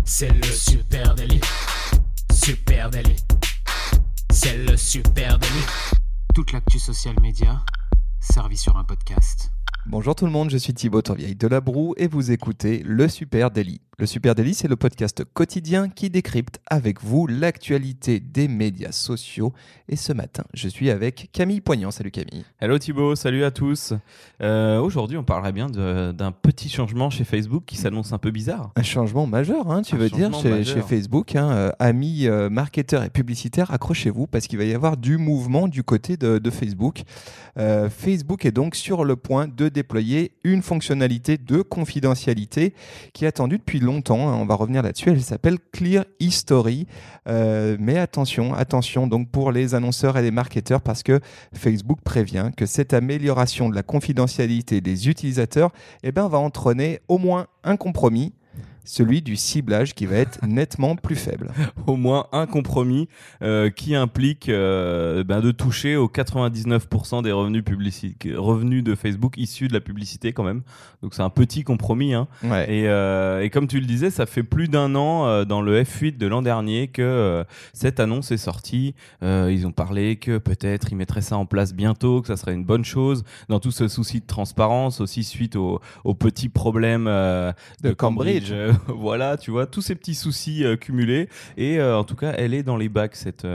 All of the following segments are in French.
C'est le super délit. Super délit. C'est le super délit. Toute l'actu social média servie sur un podcast. Bonjour tout le monde, je suis Thibaut Tourvieille de La Broue et vous écoutez Le Super Daily. Le Super Daily, c'est le podcast quotidien qui décrypte avec vous l'actualité des médias sociaux. Et ce matin, je suis avec Camille Poignant. Salut Camille. Hello Thibaut, salut à tous. Aujourd'hui, on parlerait bien d'un petit changement chez Facebook qui s'annonce un peu bizarre. Un changement majeur, tu veux dire, chez Facebook. Amis marketeurs et publicitaires, accrochez-vous parce qu'il va y avoir du mouvement du côté de Facebook. Facebook est donc sur le point de déployer une fonctionnalité de confidentialité qui est attendue depuis longtemps. On va revenir là-dessus. Elle s'appelle Clear History. Mais attention donc pour les annonceurs et les marketeurs parce que Facebook prévient que cette amélioration de la confidentialité des utilisateurs va entraîner au moins un compromis, celui du ciblage qui va être nettement plus faible. Au moins un compromis qui implique de toucher aux 99% des revenus de Facebook issus de la publicité quand même. Donc c'est un petit compromis. Ouais. Et comme tu le disais, ça fait plus d'un an dans le F8 de l'an dernier que cette annonce est sortie. Ils ont parlé que peut-être ils mettraient ça en place bientôt, que ça serait une bonne chose. Dans tout ce souci de transparence aussi suite aux petits problèmes de Cambridge. Voilà, tu vois, tous ces petits soucis cumulés. Et en tout cas, elle est dans les bacs, cette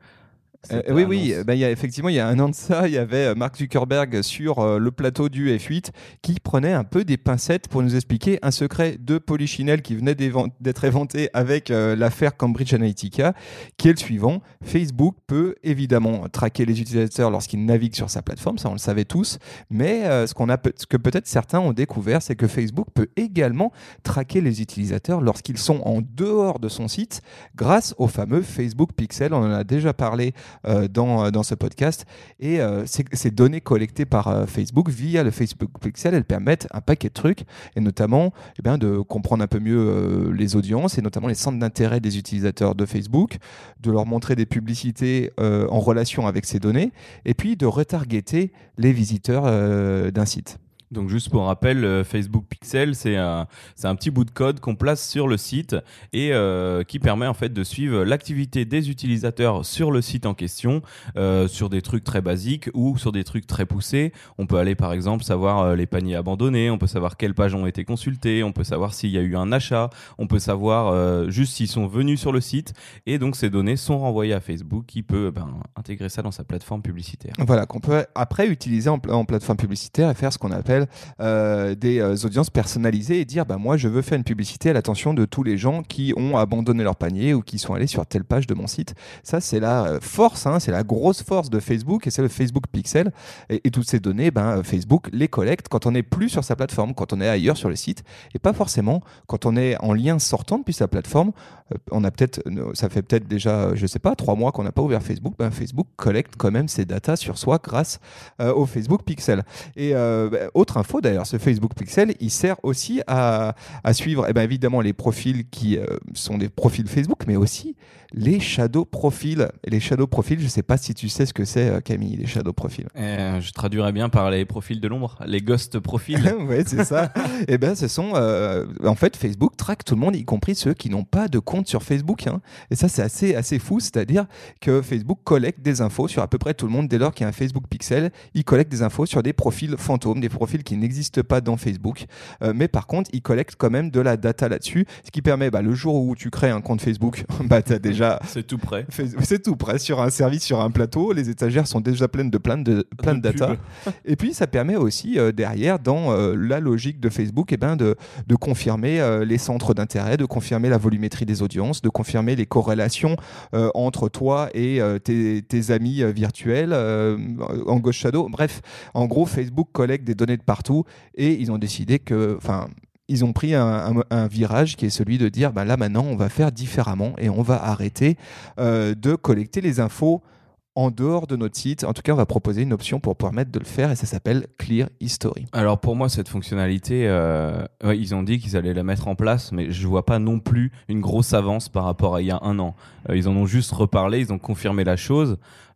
oui, il y a un an de ça, il y avait Mark Zuckerberg sur le plateau du F8 qui prenait un peu des pincettes pour nous expliquer un secret de Polichinelle qui venait d'être éventé avec l'affaire Cambridge Analytica, qui est le suivant. Facebook peut évidemment traquer les utilisateurs lorsqu'ils naviguent sur sa plateforme, ça on le savait tous, mais ce que peut-être certains ont découvert, c'est que Facebook peut également traquer les utilisateurs lorsqu'ils sont en dehors de son site grâce au fameux Facebook Pixel. On en a déjà parlé dans ce podcast et ces données collectées par Facebook via le Facebook Pixel, elles permettent un paquet de trucs et notamment de comprendre un peu mieux les audiences et notamment les centres d'intérêt des utilisateurs de Facebook, de leur montrer des publicités en relation avec ces données et puis de retargeter les visiteurs d'un site. Donc juste pour rappel, Facebook Pixel, c'est un petit bout de code qu'on place sur le site et qui permet en fait de suivre l'activité des utilisateurs sur le site en question, sur des trucs très basiques ou sur des trucs très poussés. On peut aller par exemple savoir les paniers abandonnés, on peut savoir quelles pages ont été consultées, on peut savoir s'il y a eu un achat, on peut savoir juste s'ils sont venus sur le site et donc ces données sont renvoyées à Facebook qui peut intégrer ça dans sa plateforme publicitaire. Voilà, qu'on peut après utiliser en plateforme publicitaire et faire ce qu'on appelle des audiences personnalisées et dire moi je veux faire une publicité à l'attention de tous les gens qui ont abandonné leur panier ou qui sont allés sur telle page de mon site. Ça c'est la force, c'est la grosse force de Facebook et c'est le Facebook Pixel et toutes ces données Facebook les collecte quand on n'est plus sur sa plateforme, quand on est ailleurs sur le site et pas forcément quand on est en lien sortant depuis sa plateforme. Ça fait peut-être déjà 3 mois qu'on n'a pas ouvert Facebook. Facebook collecte quand même ces datas sur soi grâce au Facebook Pixel et autre info d'ailleurs, ce Facebook Pixel, il sert aussi à suivre évidemment les profils qui sont des profils Facebook, mais aussi les shadow profils. Et les shadow profils, je ne sais pas si tu sais ce que c'est, Camille, les shadow profils. Je traduirais bien par les profils de l'ombre, les ghost profils. Oui, c'est ça. Ce sont en fait Facebook traque tout le monde, y compris ceux qui n'ont pas de compte sur Facebook. Et ça, c'est assez fou, c'est-à-dire que Facebook collecte des infos sur à peu près tout le monde dès lors qu'il y a un Facebook Pixel. Il collecte des infos sur des profils fantômes, des profils qui n'existent pas dans Facebook. Mais par contre, il collecte quand même de la data là-dessus, ce qui permet le jour où tu crées un compte Facebook, t'as déjà c'est tout prêt. C'est tout prêt sur un service, sur un plateau. Les étagères sont déjà pleines de plein de data. Et puis ça permet aussi derrière dans la logique de Facebook de confirmer les centres d'intérêt, de confirmer la volumétrie des audiences, de confirmer les corrélations entre toi et tes amis virtuels en ghost shadow. Bref, en gros, Facebook collecte des données de partout et ils ont décidé ils ont pris un virage qui est celui de dire là maintenant on va faire différemment et on va arrêter de collecter les infos en dehors de notre site. En tout cas, on va proposer une option pour permettre de le faire et ça s'appelle Clear History. Alors pour moi, cette fonctionnalité, ils ont dit qu'ils allaient la mettre en place, mais je vois pas non plus une grosse avance par rapport à il y a un an. Ils en ont juste reparlé, ils ont confirmé la chose.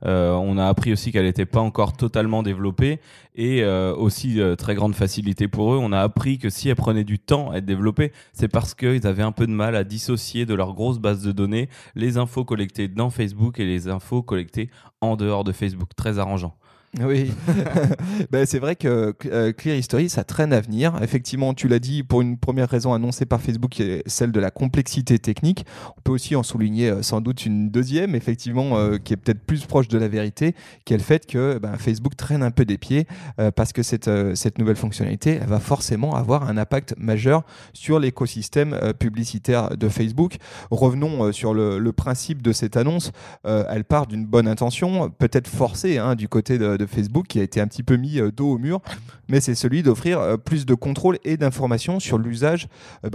On a appris aussi qu'elle n'était pas encore totalement développée et aussi très grande facilité pour eux. On a appris que si elle prenait du temps à être développée, c'est parce qu'ils avaient un peu de mal à dissocier de leur grosse base de données les infos collectées dans Facebook et les infos collectées en dehors de Facebook. Très arrangeant. Oui, c'est vrai que Clear History, ça traîne à venir. Effectivement, tu l'as dit, pour une première raison annoncée par Facebook, qui est celle de la complexité technique. On peut aussi en souligner sans doute une deuxième, effectivement, qui est peut-être plus proche de la vérité, qui est le fait que Facebook traîne un peu des pieds parce que cette nouvelle fonctionnalité, elle va forcément avoir un impact majeur sur l'écosystème publicitaire de Facebook. Revenons sur le principe de cette annonce. Elle part d'une bonne intention, peut-être forcée du côté de Facebook, qui a été un petit peu mis dos au mur, mais c'est celui d'offrir plus de contrôle et d'informations sur l'usage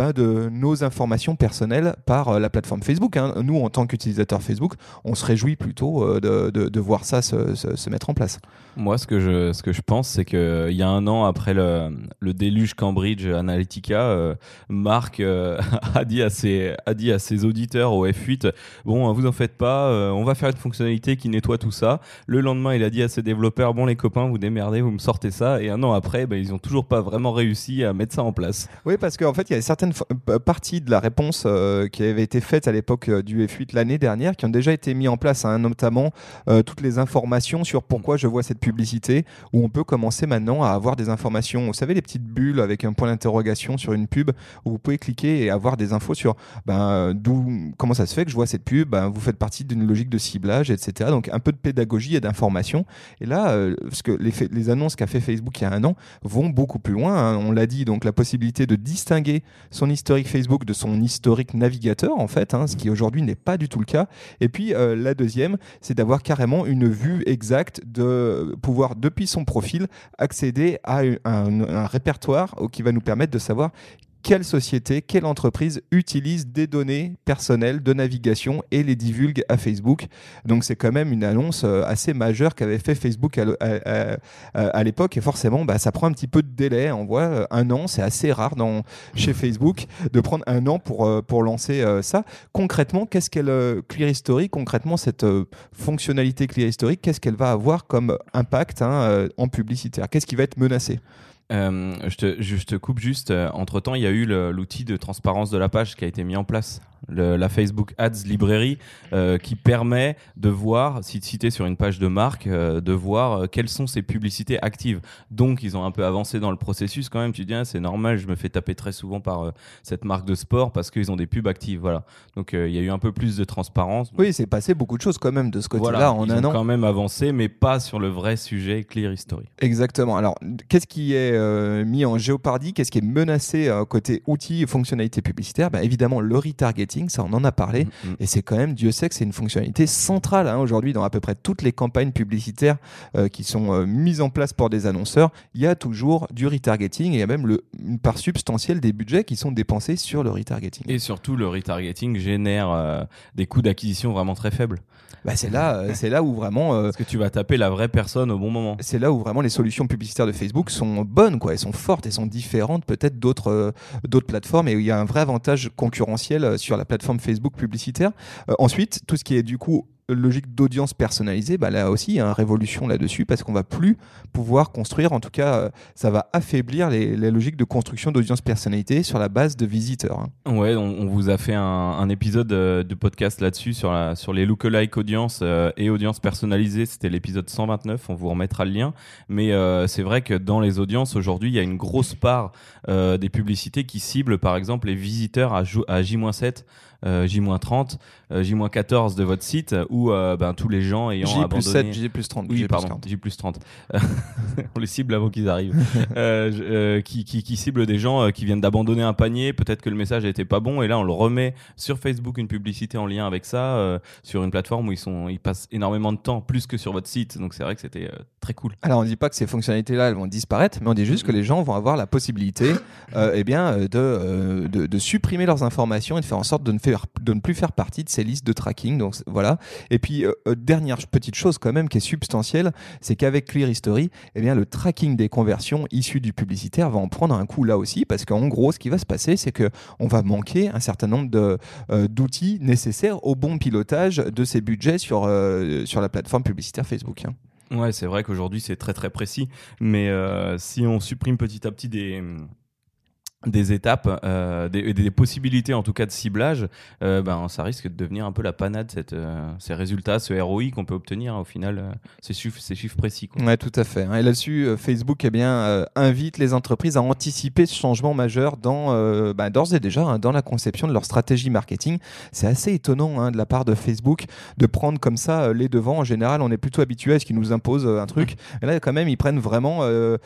de nos informations personnelles par la plateforme Facebook. Nous, en tant qu'utilisateurs Facebook, on se réjouit plutôt de voir ça se mettre en place. Moi, ce que je pense, c'est qu'il y a un an, après le déluge Cambridge Analytica, Marc a dit à ses auditeurs au F8, bon, vous en faites pas, on va faire une fonctionnalité qui nettoie tout ça. Le lendemain, il a dit à ses développeurs, bon les copains, vous démerdez, vous me sortez ça. Et un an après, ils n'ont toujours pas vraiment réussi à mettre ça en place. Oui, parce qu'en fait, il y a certaines parties de la réponse qui avait été faite à l'époque du F8 l'année dernière, qui ont déjà été mis en place, notamment toutes les informations sur pourquoi je vois cette publicité, où on peut commencer maintenant à avoir des informations. Vous savez, les petites bulles avec un point d'interrogation sur une pub, où vous pouvez cliquer et avoir des infos sur comment ça se fait que je vois cette pub, vous faites partie d'une logique de ciblage, etc. Donc un peu de pédagogie et d'information. Et là, parce que les annonces qu'a fait Facebook il y a un an vont beaucoup plus loin. On l'a dit, donc la possibilité de distinguer son historique Facebook de son historique navigateur, en fait, ce qui aujourd'hui n'est pas du tout le cas. Et puis la deuxième, c'est d'avoir carrément une vue exacte, de pouvoir depuis son profil accéder à un répertoire qui va nous permettre de savoir quelle société, quelle entreprise utilise des données personnelles de navigation et les divulgue à Facebook. Donc c'est quand même une annonce assez majeure qu'avait fait Facebook à l'époque, et forcément ça prend un petit peu de délai. On voit un an, c'est assez rare chez Facebook de prendre un an pour lancer ça. Concrètement, qu'est-ce qu'elle Clear History, concrètement cette fonctionnalité Clear History, qu'est-ce qu'elle va avoir comme impact en publicitaire? Qu'est-ce qui va être menacé? Je te coupe juste. Entre-temps, il y a eu l'outil de transparence de la page qui a été mis en place. La Facebook Ads Library qui permet de voir, si tu es sur une page de marque, de voir quelles sont ces publicités actives. Donc, ils ont un peu avancé dans le processus quand même. Tu te dis, c'est normal, je me fais taper très souvent par cette marque de sport parce qu'ils ont des pubs actives. Voilà. Donc, il y a eu un peu plus de transparence. Oui, c'est passé beaucoup de choses quand même de ce côté-là voilà, en un an. Ils ont quand même avancé, mais pas sur le vrai sujet Clear History. Exactement. Alors, qu'est-ce qui est mis en géopardie? Qu'est-ce qui est menacé côté outils et fonctionnalités publicitaires? Évidemment, le retargeting. Ça, on en a parlé, et c'est quand même, Dieu sait que c'est une fonctionnalité centrale aujourd'hui dans à peu près toutes les campagnes publicitaires qui sont mises en place pour des annonceurs. Il y a toujours du retargeting, et il y a même une part substantielle des budgets qui sont dépensés sur le retargeting. Et surtout, le retargeting génère des coûts d'acquisition vraiment très faibles. C'est là où vraiment... Parce que tu vas taper la vraie personne au bon moment. C'est là où vraiment les solutions publicitaires de Facebook sont bonnes, elles sont fortes, elles sont différentes peut-être d'autres plateformes, et il y a un vrai avantage concurrentiel sur la plateforme Facebook publicitaire. Ensuite, tout ce qui est du coup logique d'audience personnalisée, là aussi il y a une révolution là-dessus, parce qu'on va plus pouvoir construire, en tout cas ça va affaiblir les logiques de construction d'audience personnalisée sur la base de visiteurs. Ouais, on vous a fait un épisode de podcast là-dessus sur les lookalike audience et audience personnalisée. C'était l'épisode 129, on vous remettra le lien, mais c'est vrai que dans les audiences aujourd'hui il y a une grosse part des publicités qui ciblent par exemple les visiteurs à J-7, J-30, J-14 de votre site, où tous les gens ayant abandonné... J+30. Oui, pardon, J+30. On les cible avant qu'ils arrivent. Qui ciblent des gens qui viennent d'abandonner un panier, peut-être que le message n'était pas bon, et là on le remet sur Facebook, une publicité en lien avec ça, sur une plateforme où ils passent énormément de temps, plus que sur votre site, donc c'est vrai que c'était très cool. Alors on ne dit pas que ces fonctionnalités-là elles vont disparaître, mais on dit juste que les gens vont avoir la possibilité de supprimer leurs informations et de faire en sorte de ne plus faire partie de ces listes de tracking. Donc voilà. Et puis, dernière petite chose quand même qui est substantielle, c'est qu'avec Clear History, eh bien, le tracking des conversions issues du publicitaire va en prendre un coup là aussi, parce qu'en gros, ce qui va se passer, c'est qu'on va manquer un certain nombre d'outils nécessaires au bon pilotage de ces budgets sur la plateforme publicitaire Facebook. Ouais, c'est vrai qu'aujourd'hui, c'est très très précis, mais si on supprime petit à petit des étapes, des possibilités en tout cas de ciblage, ça risque de devenir un peu la panade, ces résultats, ce ROI qu'on peut obtenir au final, ces chiffres précis. Oui, tout à fait. Et là-dessus, Facebook invite les entreprises à anticiper ce changement majeur d'ores et déjà dans la conception de leur stratégie marketing. C'est assez étonnant de la part de Facebook de prendre comme ça les devants. En général, on est plutôt habitué à ce qu'ils nous imposent un truc. Et là, quand même, ils prennent vraiment,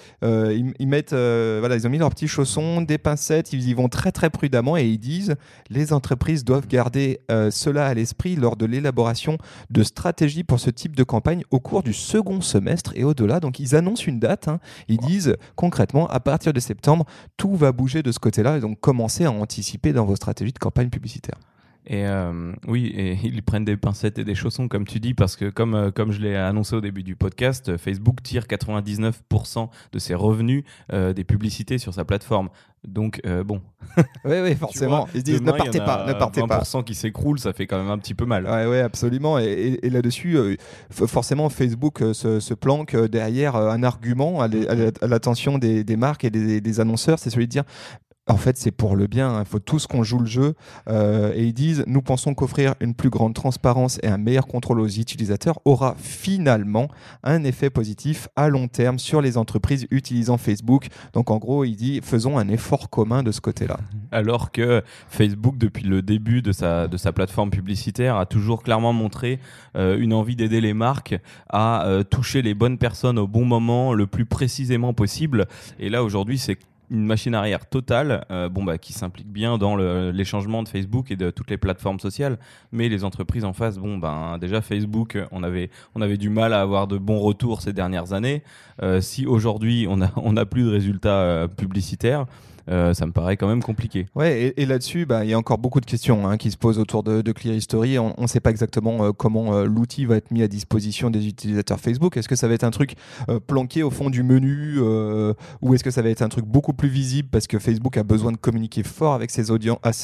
ils mettent, ils ont mis leurs petits chaussons, des pincettes, ils y vont très très prudemment et ils disent les entreprises doivent garder cela à l'esprit lors de l'élaboration de stratégies pour ce type de campagne au cours du second semestre et au-delà. Donc ils annoncent une date, ils disent concrètement à partir de septembre tout va bouger de ce côté-là et donc commencez à anticiper dans vos stratégies de campagne publicitaire. Et oui, et ils prennent des pincettes et des chaussons, comme tu dis, parce que comme je l'ai annoncé au début du podcast, Facebook tire 99% de ses revenus des publicités sur sa plateforme. Donc bon. Oui, forcément. Ils se disent ne partez pas. 20% qui s'écroule, ça fait quand même un petit peu mal. Oui, absolument. Et là-dessus, forcément, Facebook se planque derrière un argument à l'attention des marques et des annonceurs, c'est celui de dire. En fait, c'est pour le bien. Il faut tous qu'on joue le jeu. Et ils disent, nous pensons qu'offrir une plus grande transparence et un meilleur contrôle aux utilisateurs aura finalement un effet positif à long terme sur les entreprises utilisant Facebook. Donc, en gros, il dit, faisons un effort commun de ce côté-là. Alors que Facebook, depuis le début de sa plateforme publicitaire, a toujours clairement montré une envie d'aider les marques à toucher les bonnes personnes au bon moment, le plus précisément possible. Et là, aujourd'hui, c'est une machine arrière totale qui s'implique bien dans les changements de Facebook et de toutes les plateformes sociales, mais les entreprises en face, déjà Facebook, on avait du mal à avoir de bons retours ces dernières années. Si aujourd'hui on a plus de résultats publicitaires, ça me paraît quand même compliqué. Ouais, et là-dessus, il y a encore beaucoup de questions qui se posent autour de Clear History. On ne sait pas exactement comment l'outil va être mis à disposition des utilisateurs Facebook. Est-ce que ça va être un truc planqué au fond du menu ou est-ce que ça va être un truc beaucoup plus visible parce que Facebook a besoin de communiquer fort avec ses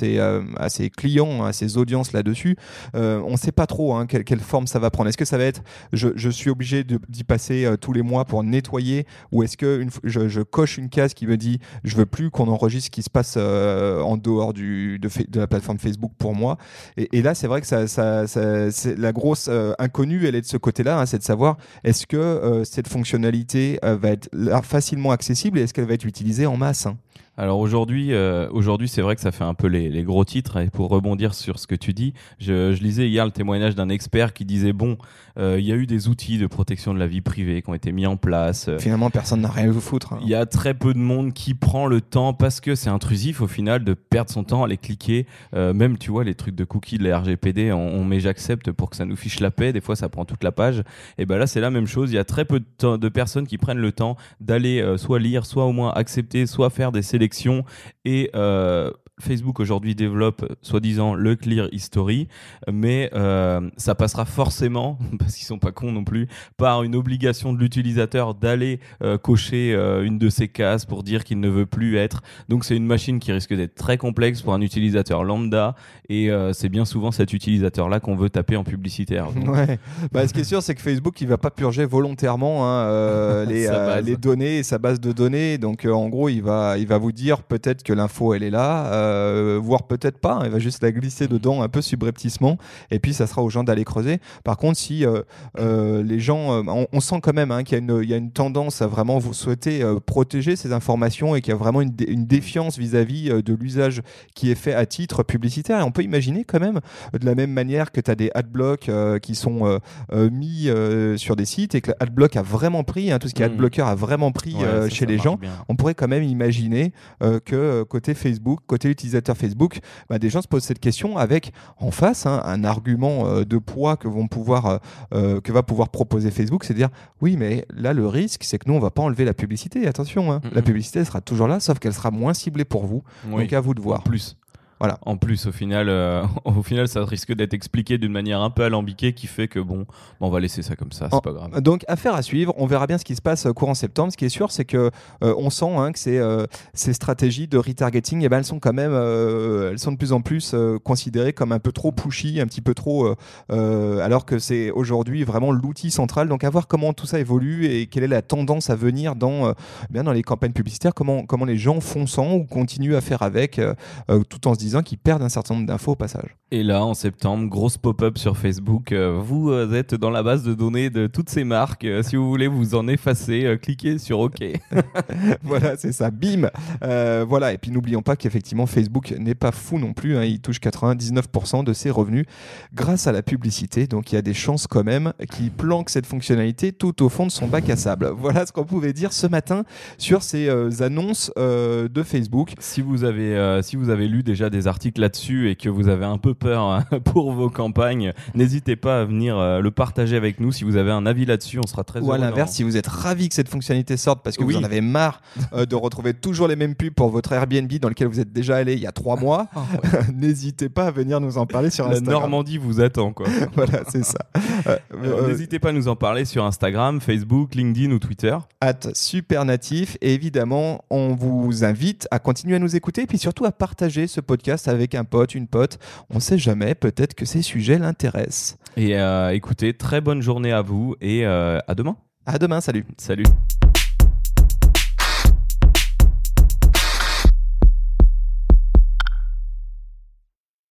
ses clients, à ses audiences là-dessus. On ne sait pas trop quelle forme ça va prendre. Est-ce que ça va être je suis obligé d'y passer tous les mois pour nettoyer, ou est-ce que je coche une case qui me dit je veux plus qu'on enregistre ce qui se passe en dehors de la plateforme Facebook pour moi. Et là, c'est vrai que c'est la grosse inconnue, elle est de ce côté-là, c'est de savoir est-ce que cette fonctionnalité va être facilement accessible et est-ce qu'elle va être utilisée en masse. Alors aujourd'hui, c'est vrai que ça fait un peu les gros titres. Et pour rebondir sur ce que tu dis, je lisais hier le témoignage d'un expert qui disait il y a eu des outils de protection de la vie privée qui ont été mis en place. Finalement, personne n'a rien à vous foutre. Il y a très peu de monde qui prend le temps, parce que c'est intrusif au final de perdre son temps à les cliquer. Même tu vois les trucs de cookies de la RGPD, on met j'accepte pour que ça nous fiche la paix. Des fois, ça prend toute la page. Et là, c'est la même chose. Il y a très peu de personnes qui prennent le temps d'aller soit lire, soit au moins accepter, soit faire des sélections. Et Facebook aujourd'hui développe soi-disant le Clear History, mais ça passera forcément, parce qu'ils sont pas cons non plus, par une obligation de l'utilisateur d'aller cocher une de ces cases pour dire qu'il ne veut plus être. Donc c'est une machine qui risque d'être très complexe pour un utilisateur lambda, et c'est bien souvent cet utilisateur-là qu'on veut taper en publicitaire. Ouais. Ce qui est sûr, c'est que Facebook il va pas purger volontairement les données et sa base de données. Donc en gros, il va vous dire peut-être que l'info elle est là. Voire peut-être pas, il va juste la glisser dedans un peu subrepticement, et puis ça sera aux gens d'aller creuser. Par contre, si les gens, on sent quand même qu'il y a une tendance à vraiment vous souhaiter protéger ces informations, et qu'il y a vraiment une défiance vis-à-vis de l'usage qui est fait à titre publicitaire. Et on peut imaginer quand même, de la même manière que tu as des adblocks qui sont mis sur des sites, et que l'adblock a vraiment pris, tout ce qui est adblocker a vraiment pris chez les gens, bien. On pourrait quand même imaginer que côté Facebook, côté utilisateur Facebook, des gens se posent cette question avec en face un argument de poids que va pouvoir proposer Facebook, c'est de dire oui, mais là le risque c'est que nous on va pas enlever la publicité, attention, la publicité elle sera toujours là, sauf qu'elle sera moins ciblée pour vous, donc à vous de voir. Voilà. En plus, au final, ça risque d'être expliqué d'une manière un peu alambiquée qui fait que on va laisser ça comme ça, c'est pas grave. Donc, affaire à suivre. On verra bien ce qui se passe courant septembre. Ce qui est sûr, c'est que on sent que ces stratégies de retargeting, elles sont quand même, elles sont de plus en plus considérées comme un peu trop pushy, un petit peu trop, alors que c'est aujourd'hui vraiment l'outil central. Donc, à voir comment tout ça évolue et quelle est la tendance à venir dans les campagnes publicitaires, comment les gens font sans ou continuent à faire avec, tout en se disant qu'ils perdent un certain nombre d'infos au passage. Et là, en septembre, grosse pop-up sur Facebook. Vous êtes dans la base de données de toutes ces marques. Si vous voulez vous en effacer, cliquez sur OK. Voilà, c'est ça. Bim. Voilà. Et puis n'oublions pas qu'effectivement Facebook n'est pas fou non plus. Il touche 99% de ses revenus grâce à la publicité. Donc il y a des chances quand même qu'il planque cette fonctionnalité tout au fond de son bac à sable. Voilà ce qu'on pouvait dire ce matin sur ces annonces de Facebook. Si vous avez lu déjà des articles là-dessus et que vous avez un peu peur pour vos campagnes, n'hésitez pas à venir le partager avec nous. Si vous avez un avis là-dessus, on sera très heureux. Ou à l'inverse, si vous êtes ravi que cette fonctionnalité sorte parce que vous en avez marre de retrouver toujours les mêmes pubs pour votre Airbnb dans lequel vous êtes déjà allé il y a 3 mois, n'hésitez pas à venir nous en parler sur Instagram. La Normandie vous attend, quoi. Voilà, c'est ça. N'hésitez pas à nous en parler sur Instagram, Facebook, LinkedIn ou Twitter. @supernatif. Et évidemment, on vous invite à continuer à nous écouter et puis surtout à partager ce podcast avec un pote, une pote. On sait jamais, peut-être que ces sujets l'intéressent. Et écoutez, très bonne journée à vous et à demain. À demain, salut. Salut.